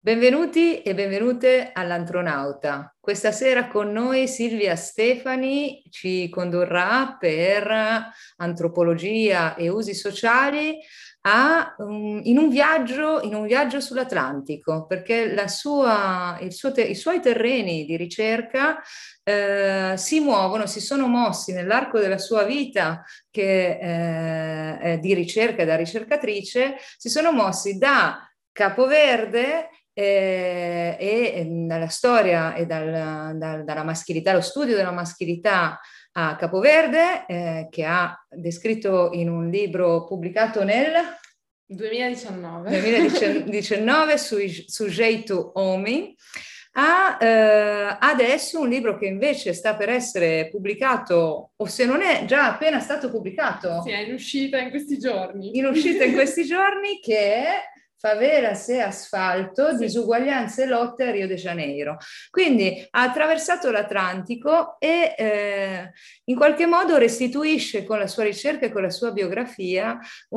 Benvenuti e benvenute all'Antronauta. Questa sera con noi Silvia Stefani ci condurrà per antropologia e usi sociali in un viaggio sull'Atlantico, perché i suoi terreni di ricerca si sono mossi nell'arco della sua vita di ricerca e da ricercatrice, si sono mossi da Capoverde dalla storia e dalla maschilità, lo studio della maschilità a Capoverde, che ha descritto in un libro pubblicato nel 2019. 2019 su Jeito Omi, adesso un libro che invece sta per essere pubblicato, o se non è già appena stato pubblicato. Sì, è in uscita in questi giorni. In uscita in questi giorni, che è Favelas e asfalto, Sì. disuguaglianze e lotte a Rio de Janeiro. Quindi ha attraversato l'Atlantico e in qualche modo restituisce con la sua ricerca e con la sua biografia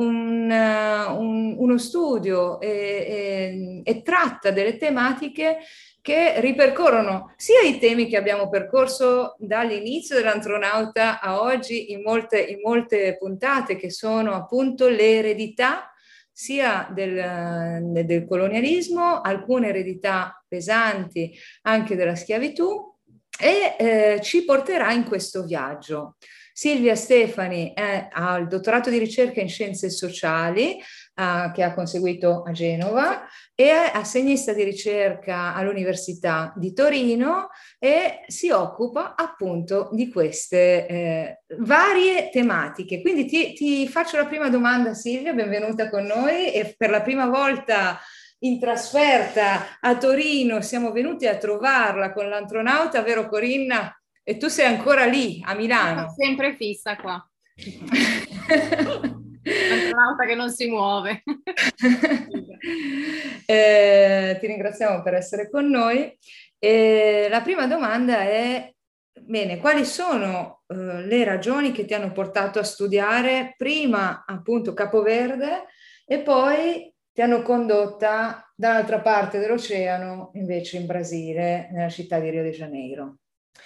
uno studio e tratta delle tematiche che ripercorrono sia i temi che abbiamo percorso dall'inizio dell'Antronauta a oggi in molte puntate, che sono appunto l'eredità sia del colonialismo, alcune eredità pesanti anche della schiavitù, e ci porterà in questo viaggio. Silvia Stefani ha il dottorato di ricerca in scienze sociali che ha conseguito a Genova e è assegnista di ricerca all'Università di Torino e si occupa appunto di queste varie tematiche. Quindi ti faccio la prima domanda, Silvia, benvenuta con noi, e per la prima volta in trasferta a Torino siamo venuti a trovarla con l'Antronauta, vero Corinna? E tu sei ancora lì, a Milano. Sempre fissa qua. L'astronauta che non si muove. Ti ringraziamo per essere con noi. La prima domanda è, bene, quali sono le ragioni che ti hanno portato a studiare prima appunto Capoverde e poi ti hanno condotta dall'altra parte dell'oceano, invece in Brasile, nella città di Rio de Janeiro?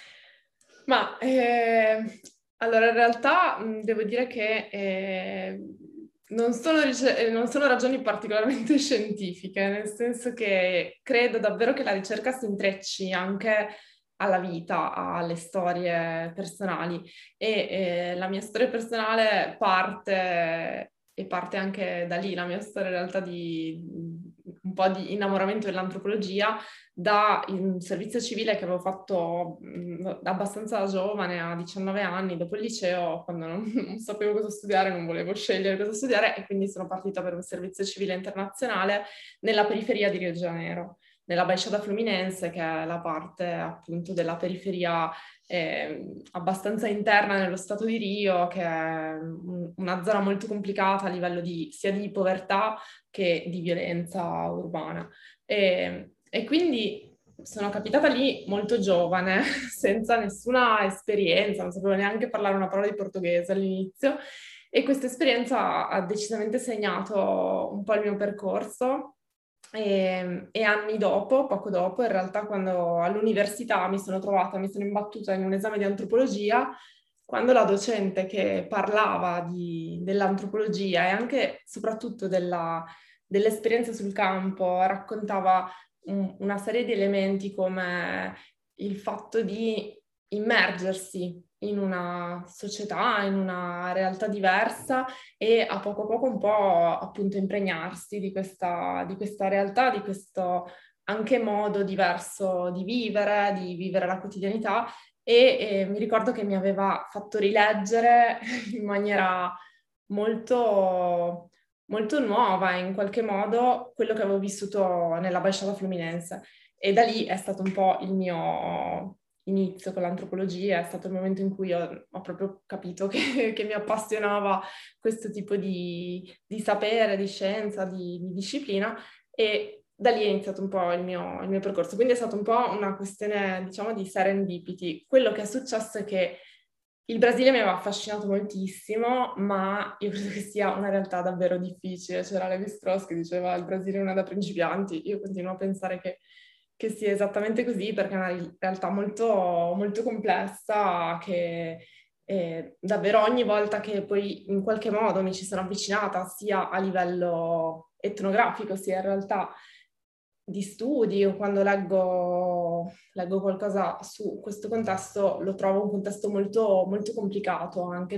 Ma allora in realtà devo dire che non sono ragioni particolarmente scientifiche, nel senso che credo davvero che la ricerca si intrecci anche alla vita, alle storie personali e la mia storia personale parte anche da lì, la mia storia in realtà di un po' di innamoramento dell'antropologia da un servizio civile che avevo fatto abbastanza giovane, a 19 anni, dopo il liceo, quando non sapevo cosa studiare, non volevo scegliere cosa studiare, e quindi sono partita per un servizio civile internazionale nella periferia di Rio de Janeiro, nella Baixada Fluminense, che è la parte appunto della periferia abbastanza interna nello stato di Rio, che è una zona molto complicata a livello sia di povertà che di violenza urbana. E quindi sono capitata lì molto giovane, senza nessuna esperienza, non sapevo neanche parlare una parola di portoghese all'inizio, e questa esperienza ha decisamente segnato un po' il mio percorso. E anni dopo, poco dopo, in realtà, quando all'università mi sono imbattuta in un esame di antropologia, quando la docente che parlava dell'antropologia e anche soprattutto dell'esperienza sul campo raccontava una serie di elementi come il fatto di immergersi in una società, in una realtà diversa e a poco un po' appunto impregnarsi di questa realtà, di questo anche modo diverso di vivere la quotidianità, e mi ricordo che mi aveva fatto rileggere in maniera molto, molto nuova in qualche modo quello che avevo vissuto nella Baixada Fluminense, e da lì è stato un po' il mio inizio con l'antropologia, è stato il momento in cui ho proprio capito che mi appassionava questo tipo di sapere, di scienza, di disciplina, e da lì è iniziato un po' il mio percorso. Quindi è stata un po' una questione, diciamo, di serendipity. Quello che è successo è che il Brasile mi aveva affascinato moltissimo, ma io credo che sia una realtà davvero difficile. C'era Levi-Strauss che diceva il Brasile è una da principianti. Io continuo a pensare che sia esattamente così, perché è una realtà molto, molto complessa che davvero ogni volta che poi in qualche modo mi ci sono avvicinata, sia a livello etnografico, sia in realtà di studi o quando leggo qualcosa su questo contesto, lo trovo un contesto molto, molto complicato anche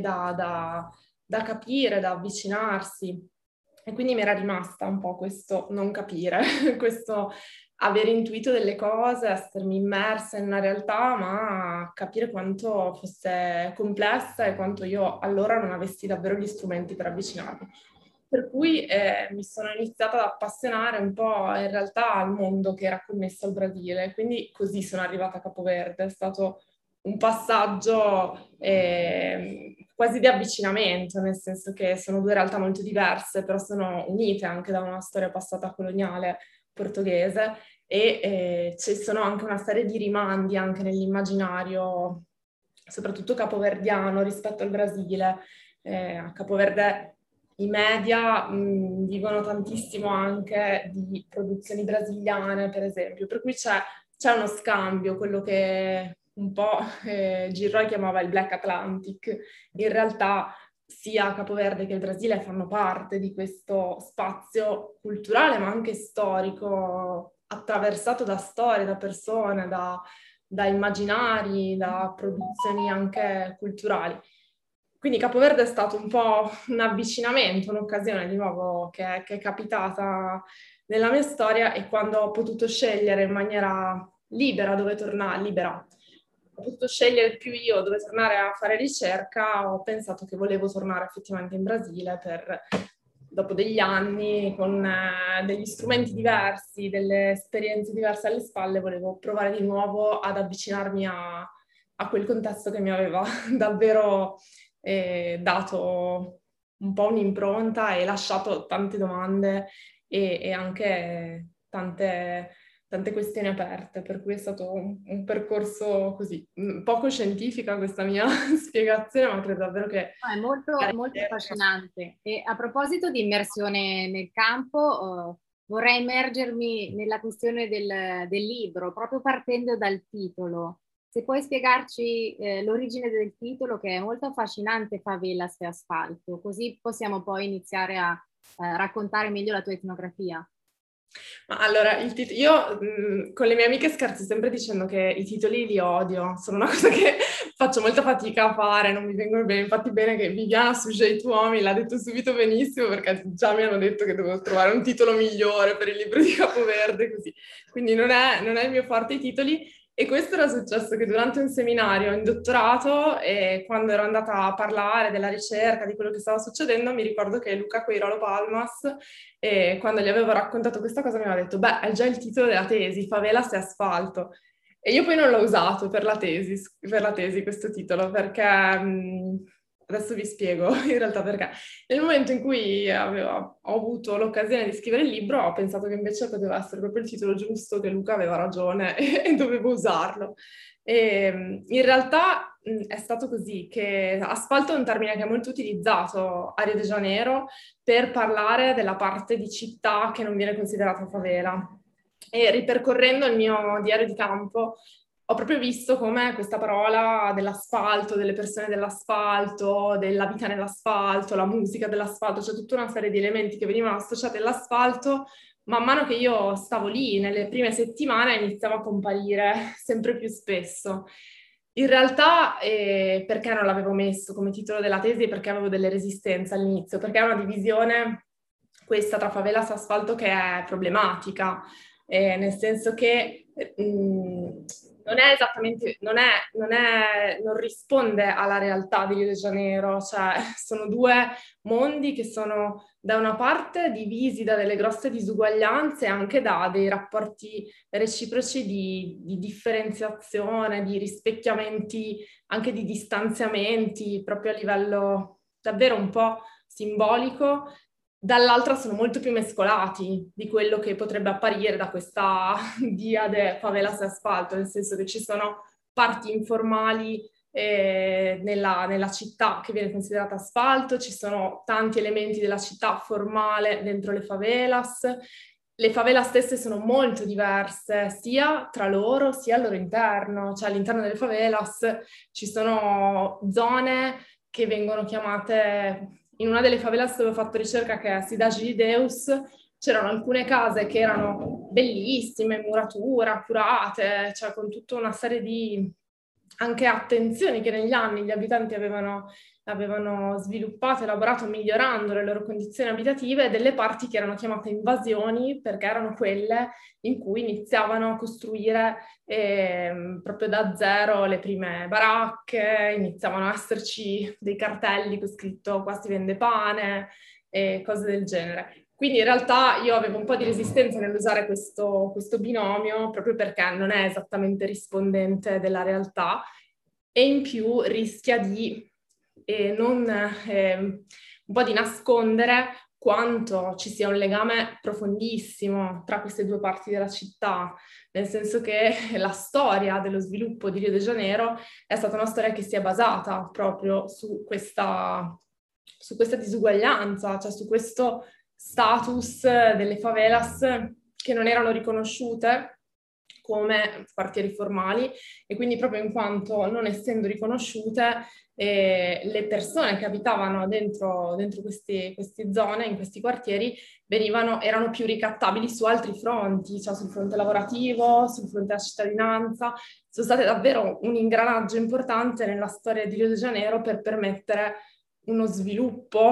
da capire, da avvicinarsi. E quindi mi era rimasta un po' questo non capire, questo avere intuito delle cose, essermi immersa in una realtà, ma capire quanto fosse complessa e quanto io allora non avessi davvero gli strumenti per avvicinarmi. Per cui mi sono iniziata ad appassionare un po' in realtà al mondo che era connesso al Brasile, quindi così sono arrivata a Capoverde. È stato un passaggio quasi di avvicinamento, nel senso che sono due realtà molto diverse, però sono unite anche da una storia passata coloniale portoghese e ci sono anche una serie di rimandi anche nell'immaginario, soprattutto capoverdiano rispetto al Brasile. A Capoverde i media vivono tantissimo anche di produzioni brasiliane, per esempio, per cui c'è uno scambio, quello che un po' Gilroy chiamava il Black Atlantic. In realtà sia Capoverde che il Brasile fanno parte di questo spazio culturale, ma anche storico, attraversato da storie, da persone, da immaginari, da produzioni anche culturali. Quindi Capoverde è stato un po' un avvicinamento, un'occasione di nuovo che è capitata nella mia storia, e quando ho potuto scegliere in maniera libera dove tornare, ho potuto scegliere più io dove tornare a fare ricerca, ho pensato che volevo tornare effettivamente in Brasile dopo degli anni, con degli strumenti diversi, delle esperienze diverse alle spalle, volevo provare di nuovo ad avvicinarmi a quel contesto che mi aveva davvero dato un po' un'impronta e lasciato tante domande e anche tante questioni aperte, per cui è stato un percorso così, poco scientifica questa mia spiegazione, ma credo davvero che... No, è molto, molto affascinante. E a proposito di immersione nel campo, vorrei immergermi nella questione del libro, proprio partendo dal titolo. Se puoi spiegarci l'origine del titolo, che è molto affascinante, Favelas e asfalto, così possiamo poi iniziare a raccontare meglio la tua etnografia. Ma allora, io con le mie amiche scherzo sempre dicendo che i titoli li odio, sono una cosa che faccio molta fatica a fare, non mi vengono bene. Infatti bene che Viviana su J. Tuomi l'ha detto subito benissimo, perché già mi hanno detto che devo trovare un titolo migliore per il libro di Capoverde, così. Quindi non è il mio forte i titoli. E questo era successo che durante un seminario in dottorato, e quando ero andata a parlare della ricerca, di quello che stava succedendo, mi ricordo che Luca Queirolo Palmas, e quando gli avevo raccontato questa cosa, mi aveva detto: beh, è già il titolo della tesi, Favelas e asfalto. E io poi non l'ho usato per la tesi questo titolo, perché adesso vi spiego in realtà perché. Nel momento in cui ho avuto l'occasione di scrivere il libro, ho pensato che invece poteva essere proprio il titolo giusto, che Luca aveva ragione e dovevo usarlo. E, in realtà è stato così, che asfalto è un termine che è molto utilizzato a Rio de Janeiro per parlare della parte di città che non viene considerata favela. E ripercorrendo il mio diario di campo, ho proprio visto come questa parola dell'asfalto, delle persone dell'asfalto, della vita nell'asfalto, la musica dell'asfalto, cioè tutta una serie di elementi che venivano associati all'asfalto, man mano che io stavo lì, nelle prime settimane, iniziava a comparire sempre più spesso. In realtà, perché non l'avevo messo come titolo della tesi? Perché avevo delle resistenze all'inizio, perché è una divisione, questa tra favelas e asfalto, che è problematica, nel senso che non è esattamente, non risponde alla realtà di Rio de Janeiro, cioè sono due mondi che sono da una parte divisi da delle grosse disuguaglianze, anche da dei rapporti reciproci di differenziazione, di rispecchiamenti, anche di distanziamenti, proprio a livello davvero un po' simbolico. Dall'altra sono molto più mescolati di quello che potrebbe apparire da questa diade favelas e asfalto, nel senso che ci sono parti informali nella città che viene considerata asfalto, ci sono tanti elementi della città formale dentro le favelas. Le favelas stesse sono molto diverse sia tra loro sia al loro interno, cioè all'interno delle favelas ci sono zone che vengono chiamate, in una delle favelas dove ho fatto ricerca, che è Cidade de Deus, c'erano alcune case che erano bellissime, muratura, curate, cioè con tutta una serie di anche attenzioni che negli anni gli abitanti avevano sviluppato, elaborato, migliorando le loro condizioni abitative, e delle parti che erano chiamate invasioni perché erano quelle in cui iniziavano a costruire proprio da zero le prime baracche, iniziavano a esserci dei cartelli con scritto "qua si vende pane" e cose del genere. Quindi in realtà io avevo un po' di resistenza nell'usare questo binomio, proprio perché non è esattamente rispondente della realtà, e in più rischia di un po' di nascondere quanto ci sia un legame profondissimo tra queste due parti della città, nel senso che la storia dello sviluppo di Rio de Janeiro è stata una storia che si è basata proprio su questa disuguaglianza, cioè su questo status delle favelas che non erano riconosciute come quartieri formali, e quindi proprio in quanto non essendo riconosciute, le persone che abitavano dentro queste zone, in questi quartieri, erano più ricattabili su altri fronti, cioè sul fronte lavorativo, sul fronte della cittadinanza. Sono state davvero un ingranaggio importante nella storia di Rio de Janeiro per permettere uno sviluppo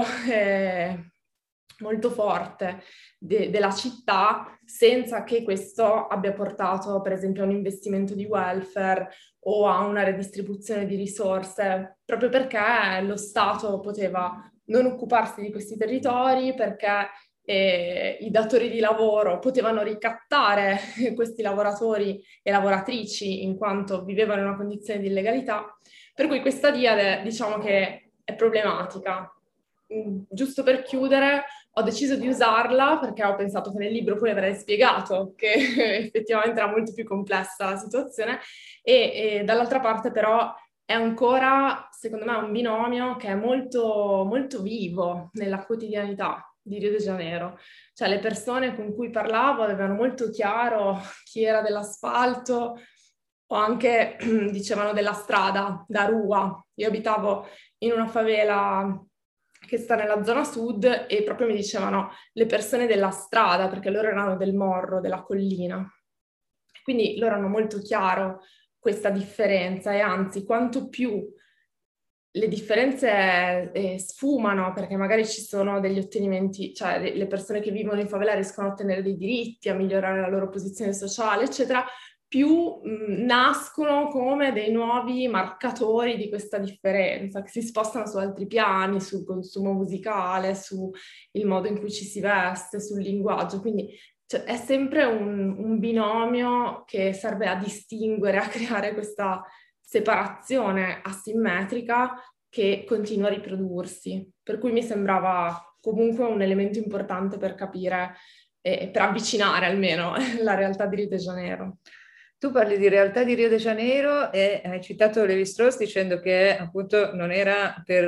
molto forte della città, senza che questo abbia portato, per esempio, a un investimento di welfare o a una redistribuzione di risorse, proprio perché lo Stato poteva non occuparsi di questi territori, perché i datori di lavoro potevano ricattare questi lavoratori e lavoratrici in quanto vivevano in una condizione di illegalità. Per cui questa diade, diciamo che è problematica. Giusto per chiudere, ho deciso di usarla perché ho pensato che nel libro poi avrei spiegato che effettivamente era molto più complessa la situazione, e dall'altra parte però è ancora, secondo me, un binomio che è molto, molto vivo nella quotidianità di Rio de Janeiro. Cioè le persone con cui parlavo avevano molto chiaro chi era dell'asfalto, o anche dicevano della strada, da Rua. Io abitavo in una favela che sta nella zona sud e proprio mi dicevano le persone della strada, perché loro erano del Morro, della collina. Quindi loro hanno molto chiaro questa differenza, e anzi, quanto più le differenze sfumano, perché magari ci sono degli ottenimenti, cioè le persone che vivono in favela riescono a ottenere dei diritti, a migliorare la loro posizione sociale, eccetera, più nascono come dei nuovi marcatori di questa differenza, che si spostano su altri piani, sul consumo musicale, sul modo in cui ci si veste, sul linguaggio. Quindi cioè, è sempre un binomio che serve a distinguere, a creare questa separazione asimmetrica che continua a riprodursi. Per cui mi sembrava comunque un elemento importante per capire e per avvicinare almeno la realtà di Rio de Janeiro. Tu parli di realtà di Rio de Janeiro e hai citato Lévi-Strauss dicendo che appunto non era per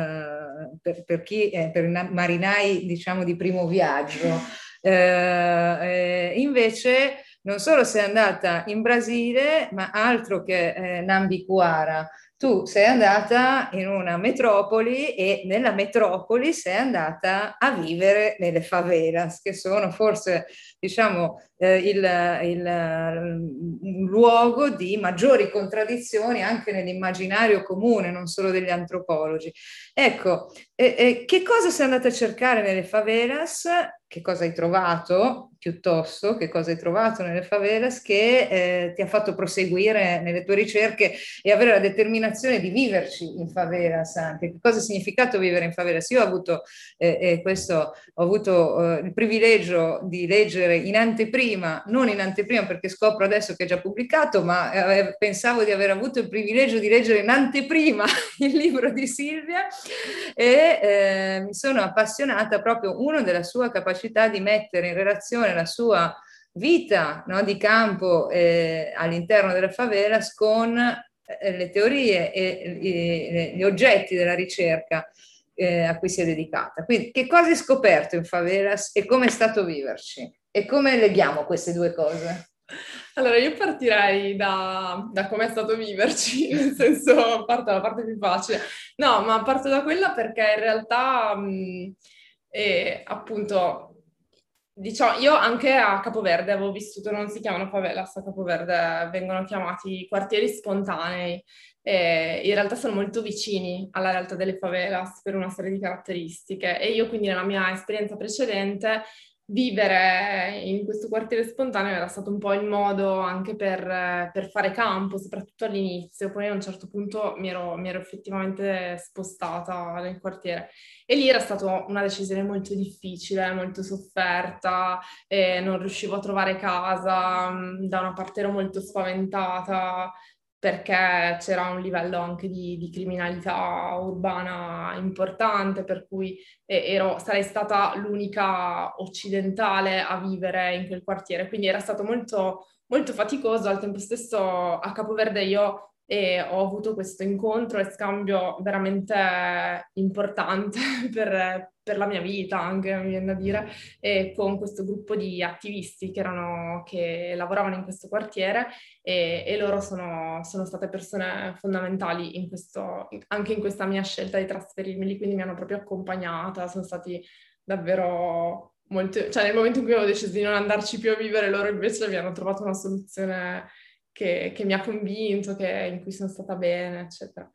chi, per i marinai, diciamo, di primo viaggio. Invece non solo sei andata in Brasile, ma altro che Nambiquara. Tu sei andata in una metropoli e nella metropoli sei andata a vivere nelle favelas, che sono forse, diciamo, un luogo di maggiori contraddizioni anche nell'immaginario comune, non solo degli antropologi. Ecco, che cosa sei andata a cercare nelle favelas? Che cosa hai trovato, piuttosto, che cosa hai trovato nelle favelas che ti ha fatto proseguire nelle tue ricerche e avere la determinazione di viverci in favelas anche? Che cosa ha significato vivere in favelas? Io ho avuto, il privilegio di leggere in anteprima, non in anteprima perché scopro adesso che è già pubblicato, ma pensavo di aver avuto il privilegio di leggere in anteprima il libro di Silvia, e mi sono appassionata proprio, uno, della sua capacità di mettere in relazione la sua vita, no, di campo all'interno delle favelas con le teorie e gli oggetti della ricerca a cui si è dedicata. Quindi che cosa hai scoperto in Favelas e come è stato viverci? E come leghiamo queste due cose? Allora, io partirei da come è stato viverci, nel senso, parto dalla parte più facile. No, ma parto da quella perché in realtà, appunto, diciamo, io anche a Capoverde avevo vissuto, non si chiamano favelas a Capoverde, vengono chiamati quartieri spontanei. In realtà sono molto vicini alla realtà delle favelas per una serie di caratteristiche e io quindi nella mia esperienza precedente vivere in questo quartiere spontaneo era stato un po' il modo anche per fare campo, soprattutto all'inizio. Poi a un certo punto mi ero effettivamente spostata nel quartiere. E lì era stata una decisione molto difficile, molto sofferta, non riuscivo a trovare casa, da una parte ero molto spaventata perché c'era un livello anche di criminalità urbana importante, per cui sarei stata l'unica occidentale a vivere in quel quartiere, quindi era stato molto, molto faticoso. Al tempo stesso a Capoverde io ho avuto questo incontro e scambio veramente importante per la mia vita, anche mi viene da dire, con questo gruppo di attivisti che lavoravano in questo quartiere e loro sono state persone fondamentali anche in questa mia scelta di trasferirmi lì, quindi mi hanno proprio accompagnata, sono stati davvero molto, cioè nel momento in cui avevo deciso di non andarci più a vivere, loro invece mi hanno trovato una soluzione che mi ha convinto, in cui sono stata bene, eccetera.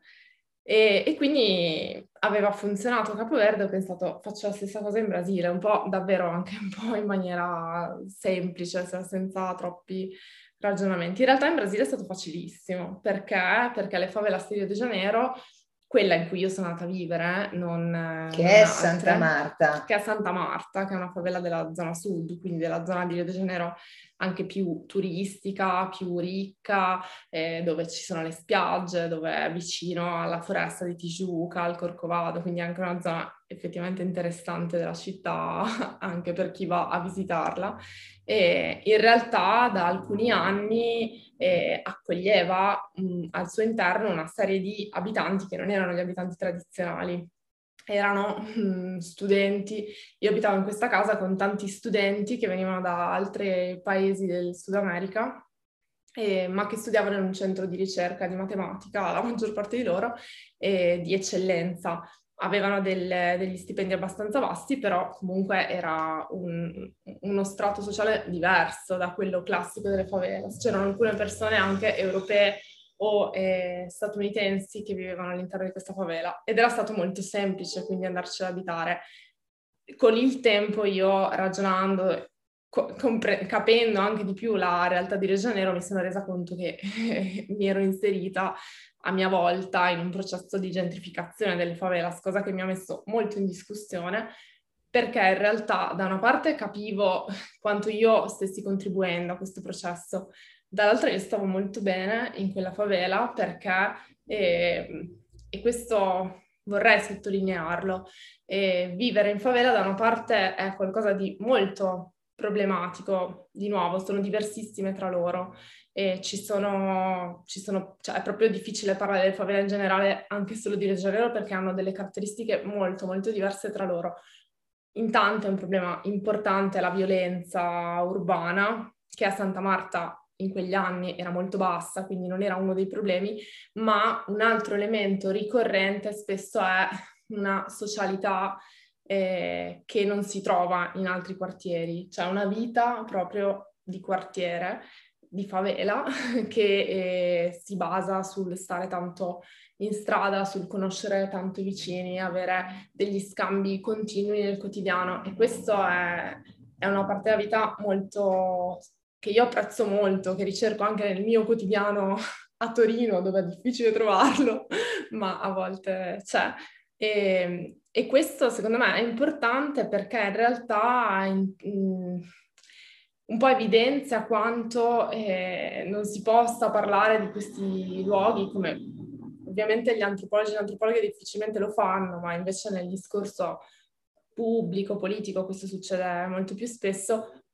E quindi aveva funzionato a Capoverde, ho pensato faccio la stessa cosa in Brasile, un po' davvero anche un po' in maniera semplice, senza troppi ragionamenti. In realtà in Brasile è stato facilissimo, perché le favelas di Rio de Janeiro, quella in cui io sono andata a vivere, che è Santa Marta. Che è Santa Marta, che è una favela della zona sud, quindi della zona di Rio de Janeiro anche più turistica, più ricca, dove ci sono le spiagge, dove è vicino alla foresta di Tijuca, al Corcovado, quindi anche una zona effettivamente interessante della città, anche per chi va a visitarla. E in realtà da alcuni anni accoglieva al suo interno una serie di abitanti che non erano gli abitanti tradizionali, erano studenti. Io abitavo in questa casa con tanti studenti che venivano da altri paesi del Sud America, ma che studiavano in un centro di ricerca di matematica, la maggior parte di loro, di eccellenza. Avevano degli stipendi abbastanza bassi, però comunque era uno strato sociale diverso da quello classico delle favelas. C'erano alcune persone anche europee o statunitensi che vivevano all'interno di questa favela ed era stato molto semplice quindi andarci ad abitare. Con il tempo io ragionando, capendo anche di più la realtà di Rio de Janeiro, mi sono resa conto che mi ero inserita a mia volta in un processo di gentrificazione delle favelas, cosa che mi ha messo molto in discussione, perché in realtà da una parte capivo quanto io stessi contribuendo a questo processo, dall'altra io stavo molto bene in quella favela perché, e questo vorrei sottolinearlo, vivere in favela da una parte è qualcosa di molto problematico, di nuovo, sono diversissime tra loro e cioè è proprio difficile parlare delle favela in generale, anche solo di Rio de Janeiro, perché hanno delle caratteristiche molto, molto diverse tra loro. Intanto è un problema importante la violenza urbana, che a Santa Marta in quegli anni era molto bassa, quindi non era uno dei problemi, ma un altro elemento ricorrente spesso è una socialità che non si trova in altri quartieri, cioè una vita proprio di quartiere, di favela, che si basa sul stare tanto in strada, sul conoscere tanto i vicini, avere degli scambi continui nel quotidiano e questo è una parte della vita molto che io apprezzo molto, che ricerco anche nel mio quotidiano a Torino, dove è difficile trovarlo, ma a volte c'è. E questo secondo me è importante perché in realtà un po' evidenzia quanto non si possa parlare di questi luoghi come ovviamente gli antropologi e le antropologhe difficilmente lo fanno, ma invece nel discorso pubblico, politico, questo succede molto più spesso,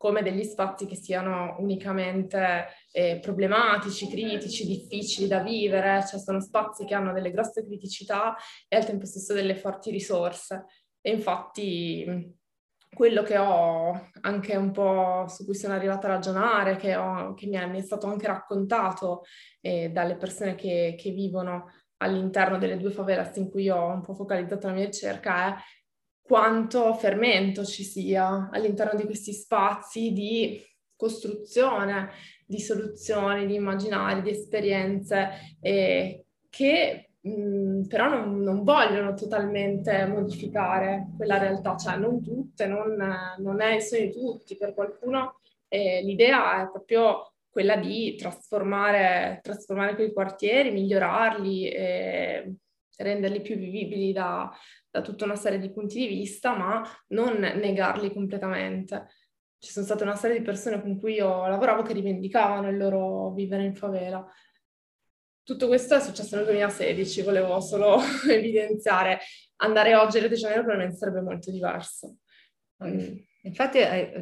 come degli spazi che siano unicamente problematici, critici, difficili da vivere, cioè sono spazi che hanno delle grosse criticità e al tempo stesso delle forti risorse. E infatti quello che ho anche un po' su cui sono arrivata a ragionare, che mi è stato anche raccontato dalle persone che vivono all'interno delle 2 favelas in cui ho un po' focalizzato la mia ricerca, è quanto fermento ci sia all'interno di questi spazi di costruzione, di soluzioni, di immaginari, di esperienze che però non vogliono totalmente modificare quella realtà, cioè non tutte, non è il sogno di tutti. Per qualcuno l'idea è proprio quella di trasformare quei quartieri, migliorarli, renderli più vivibili da tutta una serie di punti di vista, ma non negarli completamente. Ci sono state una serie di persone con cui io lavoravo che rivendicavano il loro vivere in favela. Tutto questo è successo nel 2016, volevo solo evidenziare. Andare oggi a Rio de Janeiro probabilmente sarebbe molto diverso. Infatti,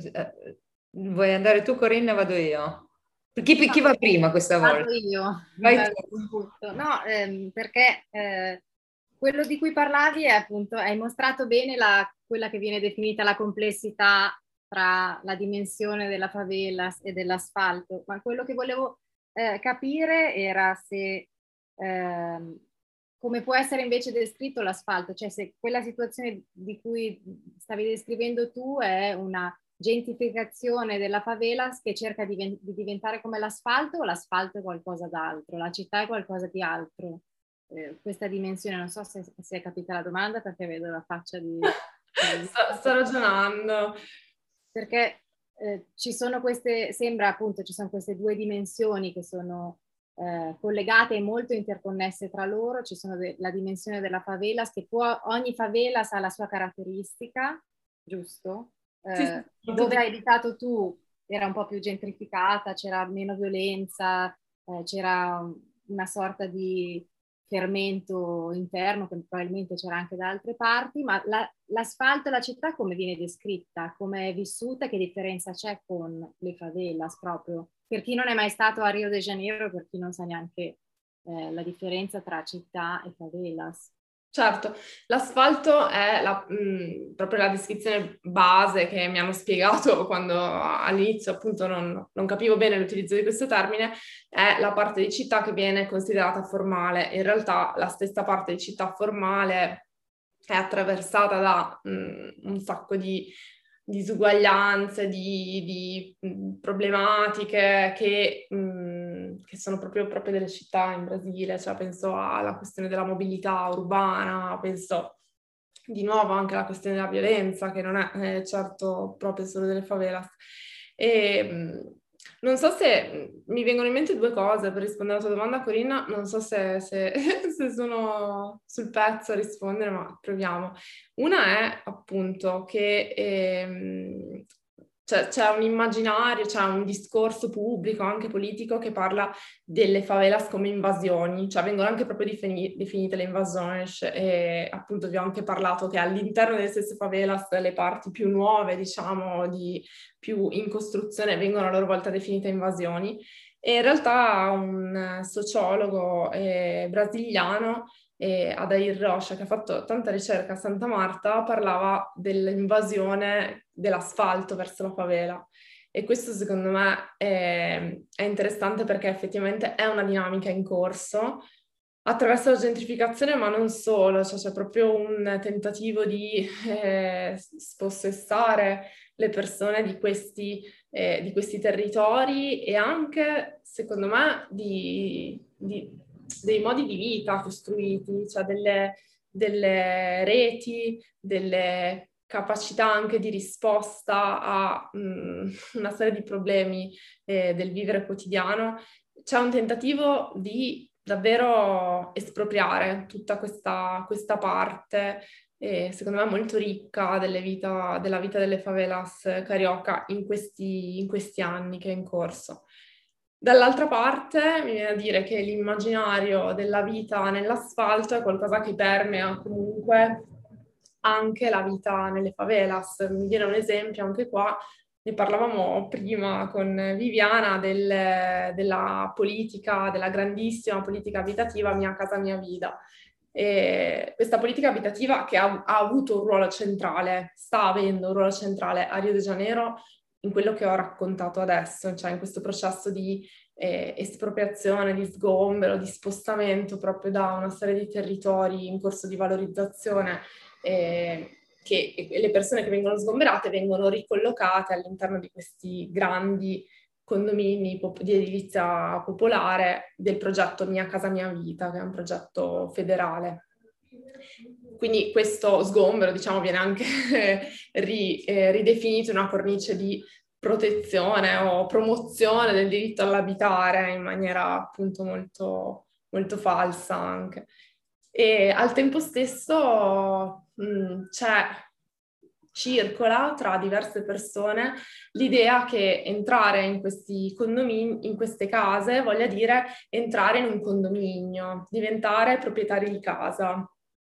vuoi andare tu, Corinna, o vado io? Chi va prima questa volta? Vado io. Vai tu. No, perché quello di cui parlavi è appunto, hai mostrato bene quella che viene definita la complessità tra la dimensione della favela e dell'asfalto, ma quello che volevo capire era se come può essere invece descritto l'asfalto, cioè se quella situazione di cui stavi descrivendo tu è una gentrificazione della favela che cerca di diventare come l'asfalto, o l'asfalto è qualcosa d'altro, la città è qualcosa di altro. Questa dimensione, non so se è capita la domanda, perché vedo la faccia di... Sto ragionando. Perché ci sono queste, sembra appunto, ci sono queste 2 dimensioni che sono collegate e molto interconnesse tra loro. Ci sono la dimensione della favelas, che ogni favelas ha la sua caratteristica, giusto? Sì. Dove hai abitato tu era un po' più gentrificata, c'era meno violenza, c'era una sorta di fermento interno che probabilmente c'era anche da altre parti, ma l'asfalto e la città come viene descritta, come è vissuta, che differenza c'è con le favelas proprio? Per chi non è mai stato a Rio de Janeiro, per chi non sa neanche la differenza tra città e favelas. Certo, l'asfalto è proprio la descrizione base che mi hanno spiegato quando all'inizio appunto non capivo bene l'utilizzo di questo termine, è la parte di città che viene considerata formale. In realtà la stessa parte di città formale è attraversata da un sacco di disuguaglianze, di problematiche che sono proprio delle città in Brasile, cioè penso alla questione della mobilità urbana, penso di nuovo anche alla questione della violenza, che non è certo proprio solo delle favelas. E non so se mi vengono in mente 2 cose per rispondere alla tua domanda, Corinna, non so se sono sul pezzo a rispondere, ma proviamo. Una è appunto che c'è un immaginario, c'è un discorso pubblico, anche politico, che parla delle favelas come invasioni, cioè vengono anche proprio definite le invasiones, e appunto vi ho anche parlato che all'interno delle stesse favelas le parti più nuove, diciamo, più in costruzione, vengono a loro volta definite invasioni. E in realtà un sociologo brasiliano, Adair Rocha, che ha fatto tanta ricerca a Santa Marta, parlava dell'invasione dell'asfalto verso la favela. E questo secondo me è interessante, perché effettivamente è una dinamica in corso attraverso la gentrificazione, ma non solo, cioè c'è proprio un tentativo di spossessare le persone di questi territori, e anche, secondo me, dei modi di vita costruiti, cioè delle reti, delle capacità anche di risposta a una serie di problemi del vivere quotidiano. C'è un tentativo di davvero espropriare tutta questa parte, secondo me molto ricca della vita delle favelas carioca in questi anni che è in corso. Dall'altra parte mi viene a dire che l'immaginario della vita nell'asfalto è qualcosa che permea comunque anche la vita nelle favelas. Mi viene un esempio anche qua: ne parlavamo prima con Viviana della politica, della grandissima politica abitativa Mia Casa Mia Vida. E questa politica abitativa che ha avuto un ruolo centrale, sta avendo un ruolo centrale a Rio de Janeiro in quello che ho raccontato adesso, cioè in questo processo di espropriazione, di sgombero, di spostamento proprio da una serie di territori in corso di valorizzazione, che le persone che vengono sgomberate vengono ricollocate all'interno di questi grandi condomini di edilizia popolare del progetto Mia Casa Mia Vita, che è un progetto federale. Quindi questo sgombero, diciamo, viene anche ridefinito in una cornice di protezione o promozione del diritto all'abitare in maniera appunto molto, molto falsa anche. E al tempo stesso circola tra diverse persone l'idea che entrare in questi condomini, in queste case, voglia dire entrare in un condominio, diventare proprietari di casa.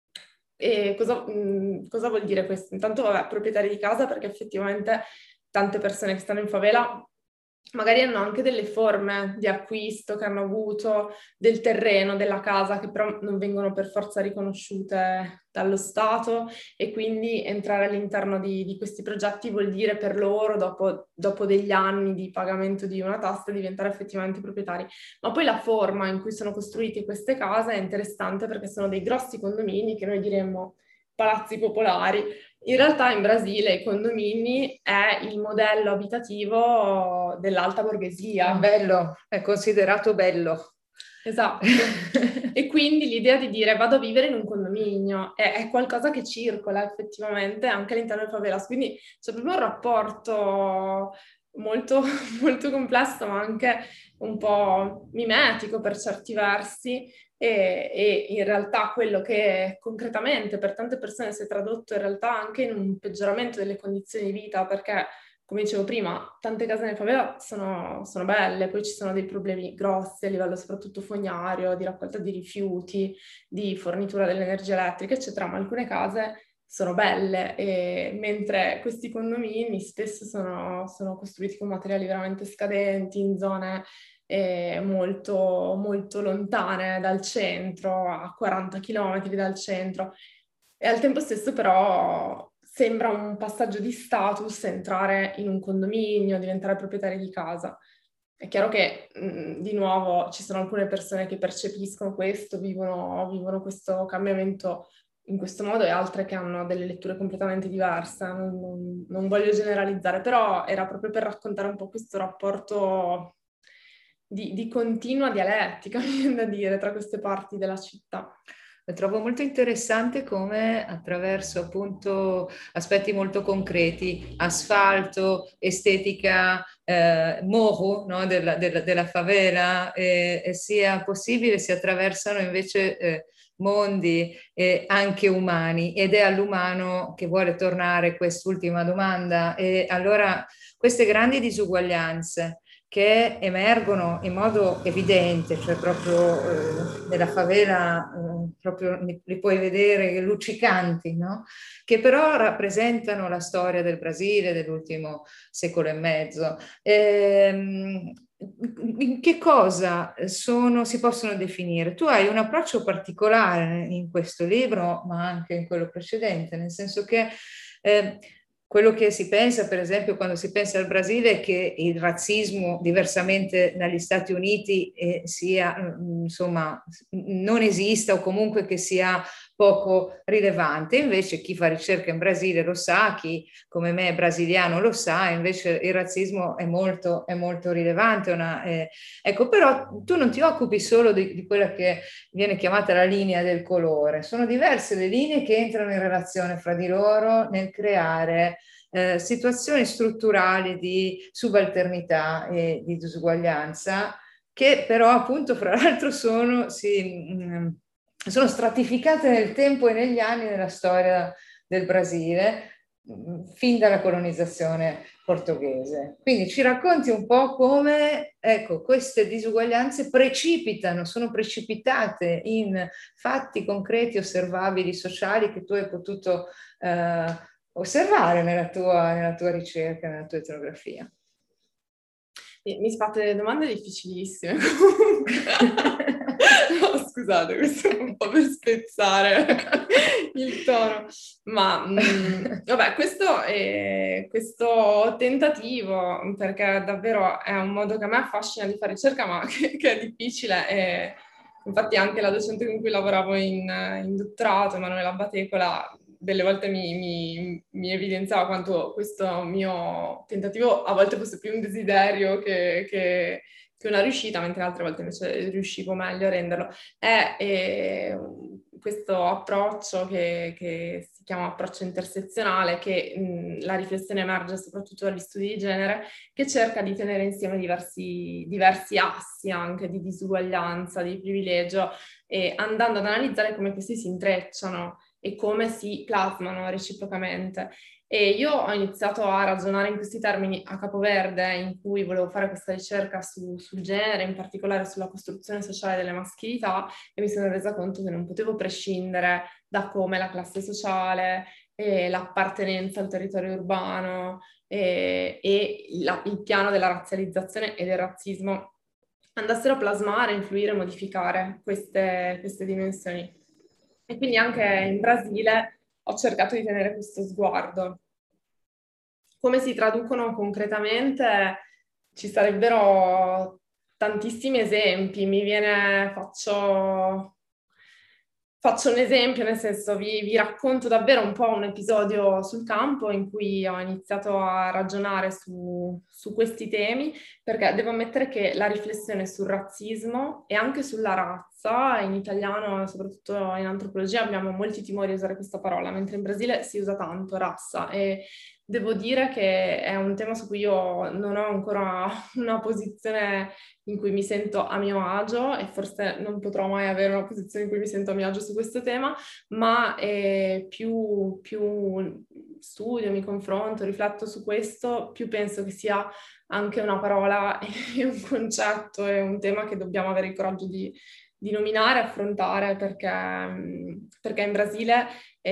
E cosa vuol dire questo? Intanto, vabbè, proprietari di casa, perché effettivamente tante persone che stanno in favela magari hanno anche delle forme di acquisto che hanno avuto del terreno, della casa, che però non vengono per forza riconosciute dallo Stato, e quindi entrare all'interno di questi progetti vuol dire per loro, dopo degli anni di pagamento di una tassa, diventare effettivamente proprietari. Ma poi la forma in cui sono costruite queste case è interessante, perché sono dei grossi condomini che noi diremmo palazzi popolari. In realtà in Brasile i condomini è il modello abitativo dell'alta borghesia. Bello, è considerato bello. Esatto. E quindi l'idea di dire vado a vivere in un condominio è qualcosa che circola effettivamente anche all'interno del favelas. Quindi c'è proprio un rapporto molto, molto complesso, ma anche un po' mimetico per certi versi, e in realtà quello che concretamente per tante persone si è tradotto in realtà anche in un peggioramento delle condizioni di vita, perché, come dicevo prima, tante case nel favela sono belle, poi ci sono dei problemi grossi a livello soprattutto fognario, di raccolta di rifiuti, di fornitura dell'energia elettrica, eccetera, ma alcune case sono belle, mentre questi condomini spesso sono costruiti con materiali veramente scadenti, in zone molto, molto lontane dal centro, a 40 km dal centro, e al tempo stesso però sembra un passaggio di status entrare in un condominio, diventare proprietari di casa. È chiaro che, di nuovo, ci sono alcune persone che percepiscono questo, vivono questo cambiamento in questo modo, e altre che hanno delle letture completamente diverse. Non voglio generalizzare, però era proprio per raccontare un po' questo rapporto di continua dialettica, mi viene da dire, tra queste parti della città. Lo trovo molto interessante come attraverso appunto aspetti molto concreti, asfalto, estetica, morro, no? della favela, sia possibile, si attraversano invece mondi anche umani, ed è all'umano che vuole tornare quest'ultima domanda. E allora queste grandi disuguaglianze che emergono in modo evidente, cioè proprio nella favela proprio li puoi vedere luccicanti, no? Che però rappresentano la storia del Brasile dell'ultimo secolo e mezzo. In che cosa si possono definire? Tu hai un approccio particolare in questo libro, ma anche in quello precedente, nel senso che quello che si pensa, per esempio, quando si pensa al Brasile, è che il razzismo, diversamente dagli Stati Uniti, insomma, non esista, o comunque che sia poco rilevante. Invece chi fa ricerca in Brasile lo sa, chi come me è brasiliano lo sa, invece il razzismo è molto rilevante. Ecco, però tu non ti occupi solo di quella che viene chiamata la linea del colore, sono diverse le linee che entrano in relazione fra di loro nel creare situazioni strutturali di subalternità e di disuguaglianza, che però appunto fra l'altro sono stratificate nel tempo e negli anni nella storia del Brasile, fin dalla colonizzazione portoghese. Quindi ci racconti un po' come, ecco, queste disuguaglianze sono precipitate in fatti concreti, osservabili, sociali, che tu hai potuto osservare nella tua ricerca, nella tua etnografia? Mi fate delle domande difficilissime comunque. No, scusate, questo è un po' per spezzare il tono. Ma vabbè, questo tentativo, perché davvero è un modo che a me affascina di fare ricerca, ma che è difficile. E infatti anche la docente con cui lavoravo in dottorato, Emanuela Batecola, delle volte mi evidenziava quanto questo mio tentativo a volte fosse più un desiderio che una riuscita, mentre altre volte invece riuscivo meglio a renderlo. È questo approccio che si chiama approccio intersezionale, che la riflessione emerge soprattutto dagli studi di genere, che cerca di tenere insieme diversi assi anche di disuguaglianza, di privilegio, e andando ad analizzare come questi si intrecciano e come si plasmano reciprocamente. E io ho iniziato a ragionare in questi termini a Capoverde, in cui volevo fare questa ricerca sul genere, in particolare sulla costruzione sociale delle maschilità, e mi sono resa conto che non potevo prescindere da come la classe sociale e l'appartenenza al territorio urbano il piano della razzializzazione e del razzismo andassero a plasmare, influire, modificare queste dimensioni. E quindi anche in Brasile ho cercato di tenere questo sguardo. Come si traducono concretamente? Ci sarebbero tantissimi esempi. Faccio un esempio, nel senso vi racconto davvero un po' un episodio sul campo in cui ho iniziato a ragionare su questi temi, perché devo ammettere che la riflessione sul razzismo e anche sulla razza, in italiano, soprattutto in antropologia, abbiamo molti timori a usare questa parola, mentre in Brasile si usa tanto razza, e devo dire che è un tema su cui io non ho ancora una posizione in cui mi sento a mio agio, e forse non potrò mai avere una posizione in cui mi sento a mio agio su questo tema, ma più studio, mi confronto, rifletto su questo, più penso che sia anche una parola e un concetto e un tema che dobbiamo avere il coraggio di nominare, affrontare, perché in Brasile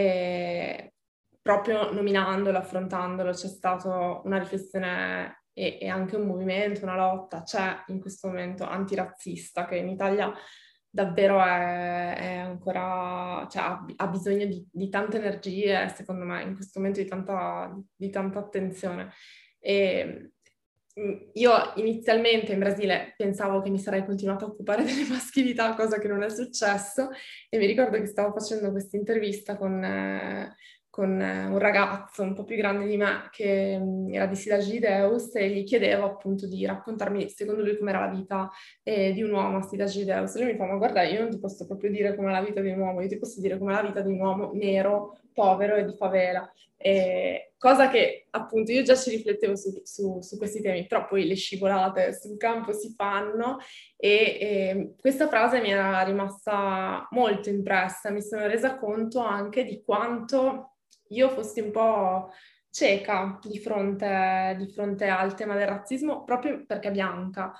proprio nominandolo, affrontandolo, c'è stata una riflessione e anche un movimento, una lotta, c'è in questo momento antirazzista, che in Italia davvero è ancora, cioè, ha bisogno di tante energie, secondo me, in questo momento di tanta attenzione. E io inizialmente in Brasile pensavo che mi sarei continuata a occupare delle maschilità, cosa che non è successo, e mi ricordo che stavo facendo questa intervista con un ragazzo un po' più grande di me che era di Cidade Deus, e gli chiedevo appunto di raccontarmi secondo lui com'era la vita di un uomo a Cidade Deus. E lui mi fa: ma guarda, io non ti posso proprio dire com'è la vita di un uomo, io ti posso dire com'è la vita di un uomo nero, povero e di favela. Cosa che appunto io già ci riflettevo su questi temi, però poi le scivolate sul campo si fanno, e questa frase mi era rimasta molto impressa. Mi sono resa conto anche di quanto io fossi un po' cieca di fronte al tema del razzismo, proprio perché bianca.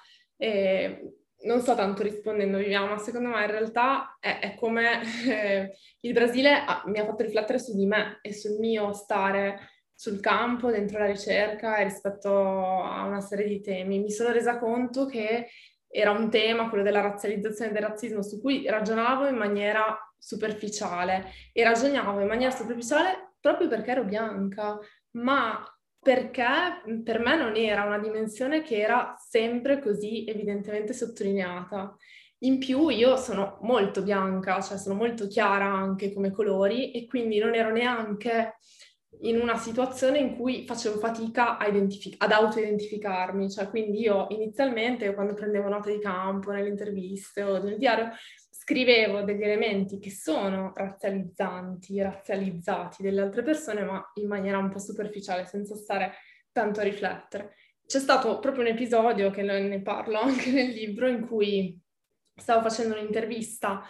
Non sto tanto rispondendo, Viviana, ma secondo me in realtà è come il Brasile mi ha fatto riflettere su di me e sul mio stare sul campo, dentro la ricerca e rispetto a una serie di temi. Mi sono resa conto che era un tema, quello della razzializzazione e del razzismo, su cui ragionavo in maniera superficiale, e ragionavo in maniera superficiale proprio perché ero bianca, ma perché per me non era una dimensione che era sempre così evidentemente sottolineata. In più io sono molto bianca, cioè sono molto chiara anche come colori, e quindi non ero neanche in una situazione in cui facevo fatica ad auto-identificarmi. Cioè, quindi io inizialmente, quando prendevo note di campo, nelle interviste o nel diario, scrivevo degli elementi che sono razzializzati delle altre persone, ma in maniera un po' superficiale, senza stare tanto a riflettere. C'è stato proprio un episodio, che ne parlo anche nel libro, in cui stavo facendo un'intervista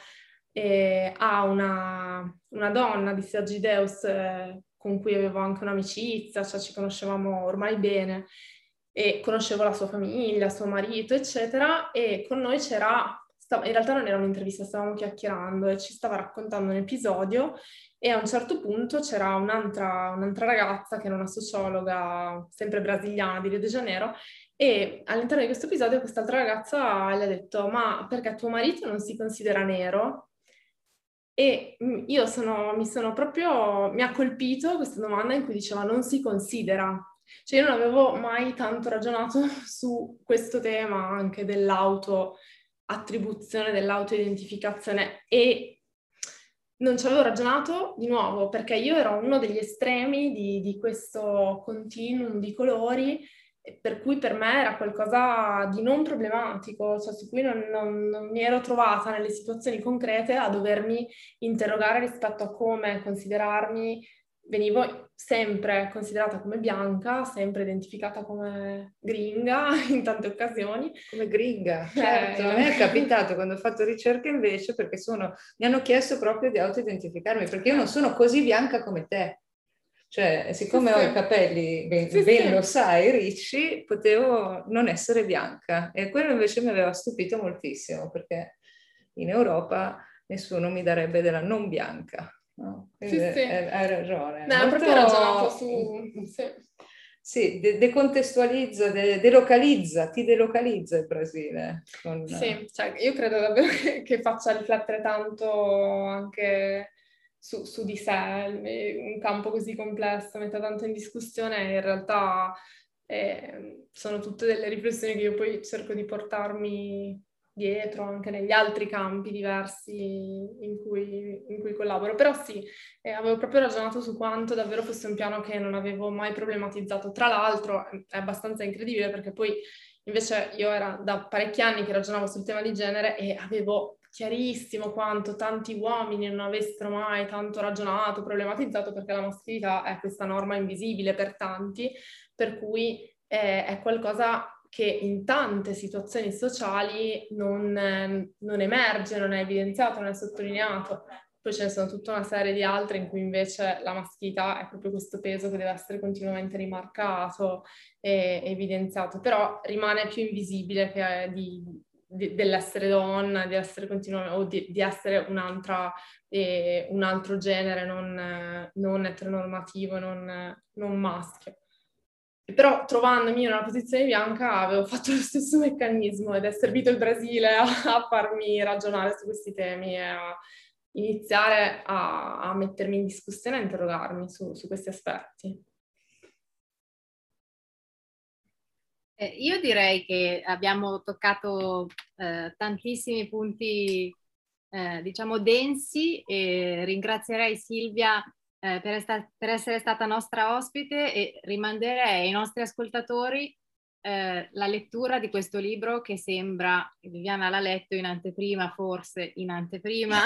a una donna di Sagideus con cui avevo anche un'amicizia, cioè ci conoscevamo ormai bene, e conoscevo la sua famiglia, suo marito, eccetera, e con noi c'era in realtà non era un'intervista, stavamo chiacchierando e ci stava raccontando un episodio e a un certo punto c'era un'altra ragazza che era una sociologa, sempre brasiliana, di Rio de Janeiro, e all'interno di questo episodio quest'altra ragazza gli ha detto: ma perché tuo marito non si considera nero? E io mi ha colpito questa domanda in cui diceva non si considera. Cioè io non avevo mai tanto ragionato su questo tema anche dell'auto-attribuzione, dell'auto-identificazione, e non ci avevo ragionato di nuovo perché io ero uno degli estremi di questo continuum di colori, per cui per me era qualcosa di non problematico, cioè su cui non mi ero trovata nelle situazioni concrete a dovermi interrogare rispetto a come considerarmi. Venivo sempre considerata come bianca, sempre identificata come gringa in tante occasioni. Come gringa, certo. A me è capitato quando ho fatto ricerche invece, perché mi hanno chiesto proprio di autoidentificarmi, perché io non sono così bianca come te. Cioè, siccome ho i capelli, ben lo sai, ricci, potevo non essere bianca. E quello invece mi aveva stupito moltissimo, perché in Europa nessuno mi darebbe della non bianca. No? Quindi hai ragione. No, ho proprio ragionato su... Sì, decontestualizza, delocalizza, ti delocalizza il Brasile. Sì, cioè, io credo davvero che faccia riflettere tanto anche su di sé, un campo così complesso, mette tanto in discussione, in realtà sono tutte delle riflessioni che io poi cerco di portarmi dietro anche negli altri campi diversi in cui collaboro. Però sì, avevo proprio ragionato su quanto davvero fosse un piano che non avevo mai problematizzato. Tra l'altro è abbastanza incredibile perché poi invece io era da parecchi anni che ragionavo sul tema di genere e avevo chiarissimo quanto tanti uomini non avessero mai tanto ragionato, problematizzato, perché la maschilità è questa norma invisibile per tanti, per cui è qualcosa che in tante situazioni sociali non emerge, non è evidenziato, non è sottolineato. Poi ce ne sono tutta una serie di altre in cui invece la maschilità è proprio questo peso che deve essere continuamente rimarcato e evidenziato, però rimane più invisibile che dell'essere donna, di essere o di essere un altro genere non eteronormativo, non maschio. Però trovandomi in una posizione bianca avevo fatto lo stesso meccanismo ed è servito il Brasile a farmi ragionare su questi temi e a iniziare a mettermi in discussione e a interrogarmi su questi aspetti. Io direi che abbiamo toccato tantissimi punti, diciamo, densi, e ringrazierei Silvia per essere stata nostra ospite e rimanderei ai nostri ascoltatori la lettura di questo libro che sembra, Viviana l'ha letto in anteprima, forse in anteprima,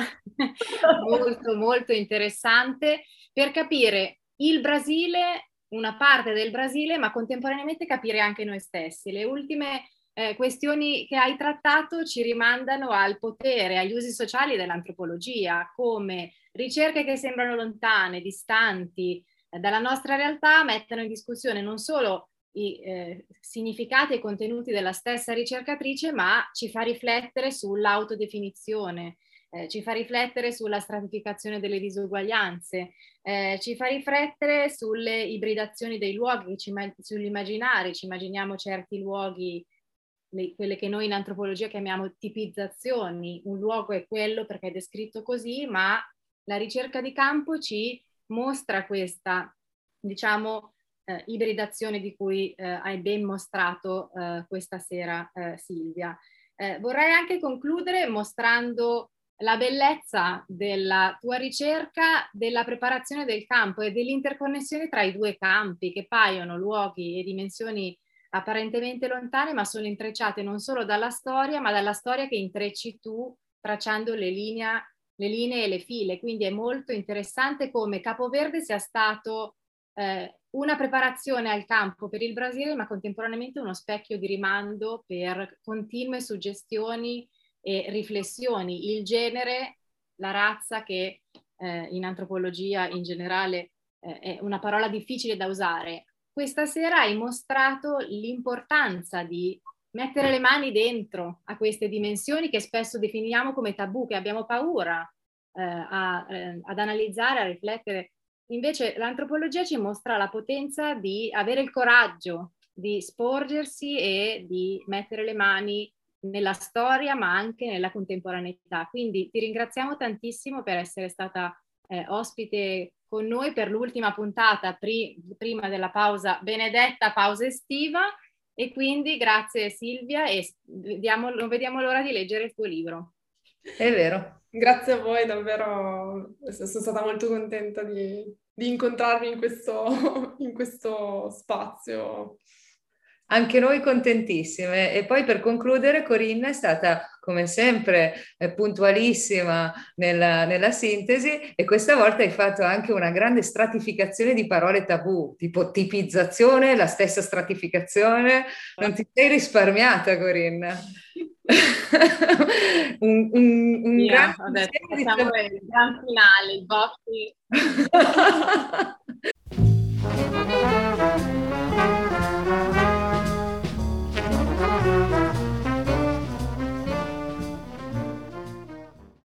molto molto interessante per capire il Brasile, una parte del Brasile, ma contemporaneamente capire anche noi stessi. Le ultime questioni che hai trattato ci rimandano al potere, agli usi sociali dell'antropologia, come ricerche che sembrano lontane, distanti dalla nostra realtà, mettono in discussione non solo i significati e contenuti della stessa ricercatrice, ma ci fa riflettere sull'autodefinizione, ci fa riflettere sulla stratificazione delle disuguaglianze, ci fa riflettere sulle ibridazioni dei luoghi, sugli immaginari, ci immaginiamo certi luoghi, quelle che noi in antropologia chiamiamo tipizzazioni, un luogo è quello perché è descritto così, ma la ricerca di campo ci mostra questa, diciamo, ibridazione di cui hai ben mostrato questa sera, Silvia. Vorrei anche concludere mostrando la bellezza della tua ricerca, della preparazione del campo e dell'interconnessione tra i due campi, che paiono luoghi e dimensioni apparentemente lontane, ma sono intrecciate non solo dalla storia, ma dalla storia che intrecci tu tracciando le linee e le file. Quindi è molto interessante come Capoverde sia stato una preparazione al campo per il Brasile, ma contemporaneamente uno specchio di rimando per continue suggestioni e riflessioni. Il genere, la razza, che in antropologia in generale è una parola difficile da usare. Questa sera hai mostrato l'importanza di mettere le mani dentro a queste dimensioni che spesso definiamo come tabù, che abbiamo paura ad analizzare, a riflettere. Invece l'antropologia ci mostra la potenza di avere il coraggio di sporgersi e di mettere le mani nella storia, ma anche nella contemporaneità. Quindi ti ringraziamo tantissimo per essere stata ospite con noi per l'ultima puntata prima della pausa, benedetta pausa estiva, e quindi grazie Silvia e non vediamo l'ora di leggere il tuo libro. È vero. Grazie a voi, davvero sono stata molto contenta di incontrarvi in questo spazio. Anche noi contentissime. E poi per concludere, Corinna è stata come sempre puntualissima nella sintesi, e questa volta hai fatto anche una grande stratificazione di parole tabù, tipo tipizzazione, la stessa stratificazione. Non ti sei risparmiata, Corinna. un gran facciamo il gran finale, il boxing.